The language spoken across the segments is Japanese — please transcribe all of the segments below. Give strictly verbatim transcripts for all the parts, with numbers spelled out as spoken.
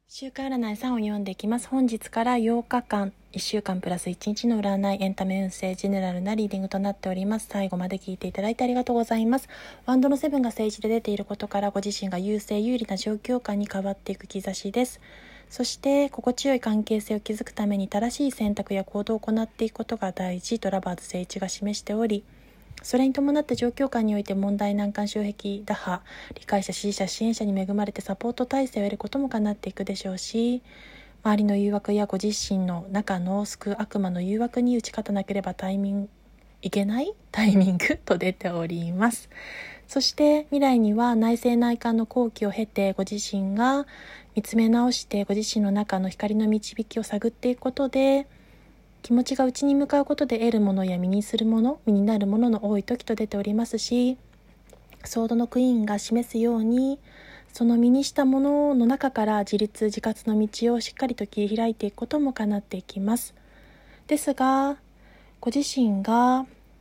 週間占いさんを読んでいきます。本日からようかかん、いっしゅうかんプラスいちにちの占い、エンタメ運勢、ジェネラルなリーディングとなっております。最後まで聞いていただいてありがとうございます。ワンドのセブンが政治で出ていることから、ご自身が優勢有利な状況下に変わっていく兆しです。そして心地よい関係性を築くために正しい選択や行動を行っていくことが大事とラバーズ正一が示しており、それに伴って状況下において問題難関障壁打破、理解者支持者支援者に恵まれてサポート体制を得ることも叶っていくでしょうし、周りの誘惑やご自身の中の救う悪魔の誘惑に打ち勝たなければタイミングいけないタイミングと出ております。そして未来には内政内観の好機を経て、ご自身が見つめ直してご自身の中の光の導きを探っていくことで、気持ちが内に向かうことで得るものや身にするもの、身になるものの多い時と出ておりますし、ソードのクイーンが示すように、その身にしたものの中から自立自活の道をしっかりと切り開いていくことも叶っていきます。ですが、ご自身が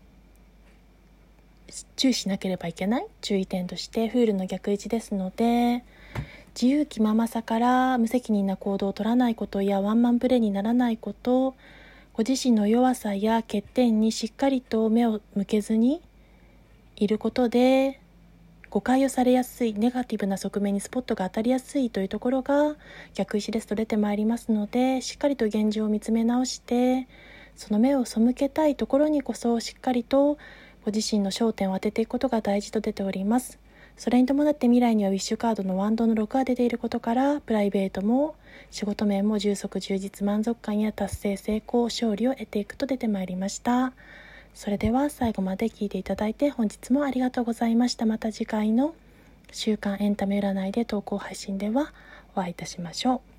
注意しなければいけない注意点として、フールの逆位置ですので、自由気ままさから無責任な行動を取らないことやワンマンプレーにならないこと、ご自身の弱さや欠点にしっかりと目を向けずにいることで、誤解をされやすい、ネガティブな側面にスポットが当たりやすいというところが逆石ですと出てまいりますので、しっかりと現状を見つめ直して、その目を背けたいところにこそしっかりとご自身の焦点を当てていくことが大事と出ております。それに伴って未来にはウィッシュカードのワンドのろくが出ていることから、プライベートも仕事面も充足充実満足感や達成成功勝利を得ていくと出てまいりました。それでは最後まで聞いていただいて本日もありがとうございました。また次回の週刊エンタメ占いで投稿配信ではお会いいたしましょう。